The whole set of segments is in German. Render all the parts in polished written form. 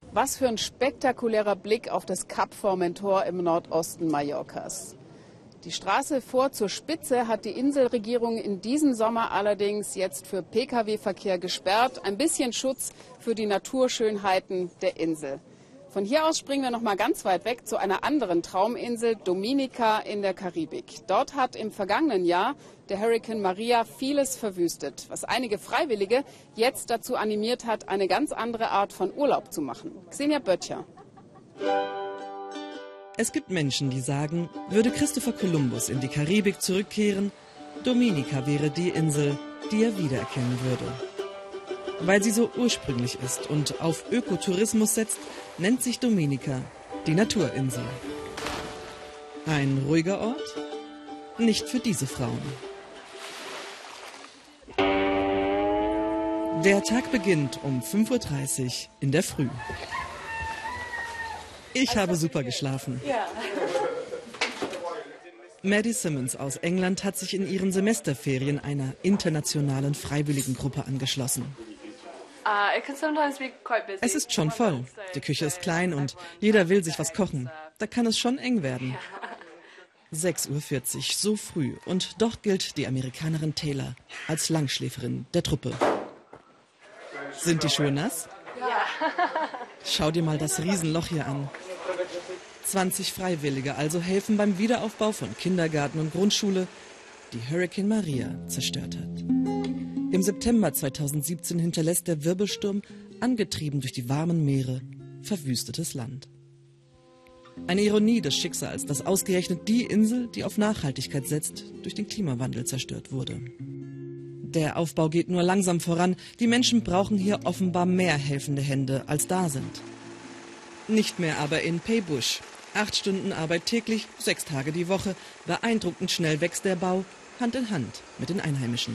Was für ein spektakulärer Blick auf das Kap Formentor im Nordosten Mallorcas. Die Straße vor zur Spitze hat die Inselregierung in diesem Sommer allerdings jetzt für Pkw-Verkehr gesperrt. Ein bisschen Schutz für die Naturschönheiten der Insel. Von hier aus springen wir noch mal ganz weit weg zu einer anderen Trauminsel, Dominica in der Karibik. Dort hat im vergangenen Jahr der Hurrikan Maria vieles verwüstet, was einige Freiwillige jetzt dazu animiert hat, eine ganz andere Art von Urlaub zu machen. Xenia Böttcher. Es gibt Menschen, die sagen, würde Christopher Columbus in die Karibik zurückkehren, Dominica wäre die Insel, die er wiedererkennen würde. Weil sie so ursprünglich ist und auf Ökotourismus setzt, nennt sich Dominica die Naturinsel. Ein ruhiger Ort? Nicht für diese Frauen. Der Tag beginnt um 5:30 Uhr in der Früh. Ich habe super geschlafen. Maddie Simmons aus England hat sich in ihren Semesterferien einer internationalen Freiwilligengruppe angeschlossen. Es ist schon voll. Die Küche ist klein und jeder will sich was kochen. Da kann es schon eng werden. 6:40 Uhr, so früh. Und doch gilt die Amerikanerin Taylor als Langschläferin der Truppe. Sind die Schuhe nass? Ja. Schau dir mal das Riesenloch hier an. 20 Freiwillige also helfen beim Wiederaufbau von Kindergarten und Grundschule, die Hurrikan Maria zerstört hat. Im September 2017 hinterlässt der Wirbelsturm, angetrieben durch die warmen Meere, verwüstetes Land. Eine Ironie des Schicksals, dass ausgerechnet die Insel, die auf Nachhaltigkeit setzt, durch den Klimawandel zerstört wurde. Der Aufbau geht nur langsam voran. Die Menschen brauchen hier offenbar mehr helfende Hände, als da sind. Nicht mehr aber in Peibusch. 8 Stunden Arbeit täglich, 6 Tage die Woche. Beeindruckend schnell wächst der Bau, Hand in Hand mit den Einheimischen.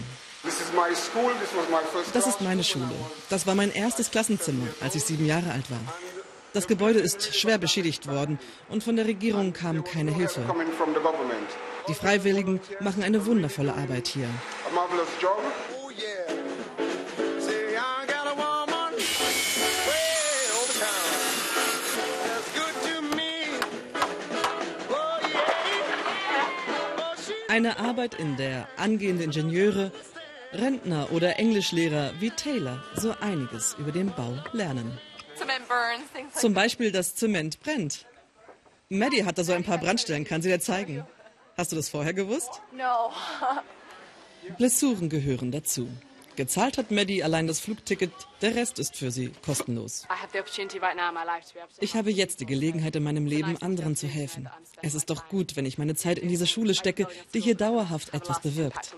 Das ist meine Schule. Das war mein erstes Klassenzimmer, als ich 7 Jahre alt war. Das Gebäude ist schwer beschädigt worden und von der Regierung kam keine Hilfe. Die Freiwilligen machen eine wundervolle Arbeit hier. Eine Arbeit, in der angehende Ingenieure, Rentner oder Englischlehrer wie Taylor so einiges über den Bau lernen. Zum Beispiel, dass Zement brennt. Maddie hat da so ein paar Brandstellen, kann sie dir zeigen. Hast du das vorher gewusst? No. Blessuren gehören dazu. Gezahlt hat Maddie allein das Flugticket, der Rest ist für sie kostenlos. Ich habe jetzt die Gelegenheit in meinem Leben, anderen zu helfen. Es ist doch gut, wenn ich meine Zeit in diese Schule stecke, die hier dauerhaft etwas bewirkt.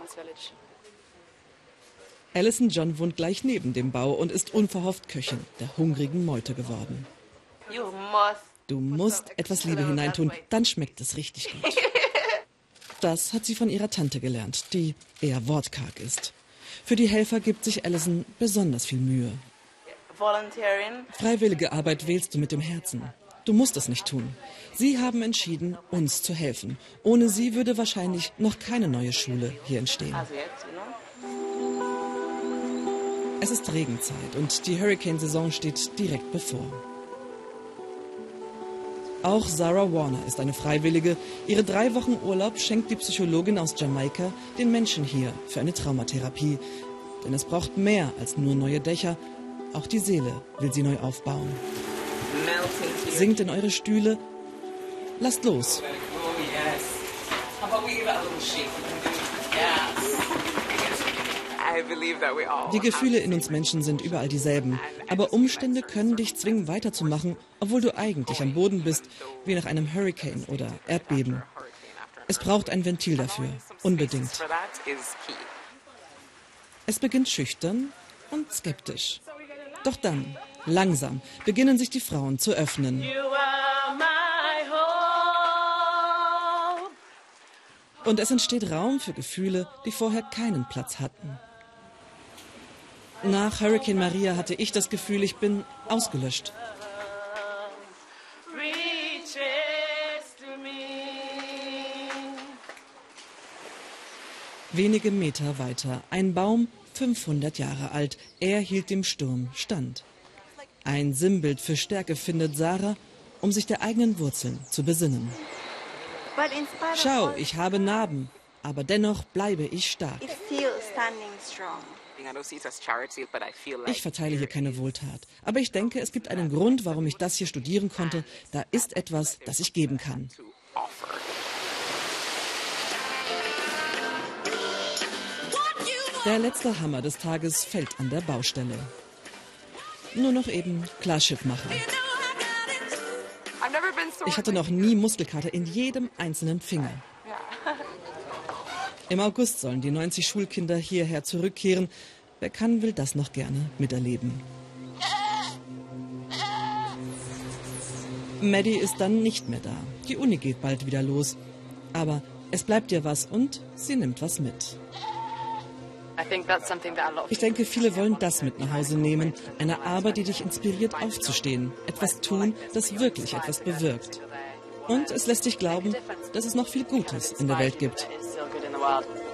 Alison John wohnt gleich neben dem Bau und ist unverhofft Köchin der hungrigen Meute geworden. Du musst etwas Liebe hineintun, dann schmeckt es richtig gut. Das hat sie von ihrer Tante gelernt, die eher wortkarg ist. Für die Helfer gibt sich Alison besonders viel Mühe. Freiwillige Arbeit wählst du mit dem Herzen. Du musst es nicht tun. Sie haben entschieden, uns zu helfen. Ohne sie würde wahrscheinlich noch keine neue Schule hier entstehen. Es ist Regenzeit und die Hurrikansaison steht direkt bevor. Auch Sarah Warner ist eine Freiwillige. Ihre 3 Wochen Urlaub schenkt die Psychologin aus Jamaika den Menschen hier für eine Traumatherapie. Denn es braucht mehr als nur neue Dächer. Auch die Seele will sie neu aufbauen. Sinkt in eure Stühle, lasst los. Die Gefühle in uns Menschen sind überall dieselben. Aber Umstände können dich zwingen, weiterzumachen, obwohl du eigentlich am Boden bist, wie nach einem Hurrikan oder Erdbeben. Es braucht ein Ventil dafür, unbedingt. Es beginnt schüchtern und skeptisch. Doch dann, langsam, beginnen sich die Frauen zu öffnen. Und es entsteht Raum für Gefühle, die vorher keinen Platz hatten. Nach Hurrikan Maria hatte ich das Gefühl, ich bin ausgelöscht. Wenige Meter weiter, ein Baum, 500 Jahre alt. Er hielt dem Sturm stand. Ein Sinnbild für Stärke findet Sarah, um sich der eigenen Wurzeln zu besinnen. Schau, ich habe Narben, aber dennoch bleibe ich stark. Ich verteile hier keine Wohltat, aber ich denke, es gibt einen Grund, warum ich das hier studieren konnte. Da ist etwas, das ich geben kann. Der letzte Hammer des Tages fällt an der Baustelle. Nur noch eben Klarschiff machen. Ich hatte noch nie Muskelkater in jedem einzelnen Finger. Im August sollen die 90 Schulkinder hierher zurückkehren. Wer kann, will das noch gerne miterleben. Maddie ist dann nicht mehr da. Die Uni geht bald wieder los. Aber es bleibt ihr was und sie nimmt was mit. Ich denke, viele wollen das mit nach Hause nehmen. Eine Arbeit, die dich inspiriert, aufzustehen. Etwas tun, das wirklich etwas bewirkt. Und es lässt dich glauben, dass es noch viel Gutes in der Welt gibt.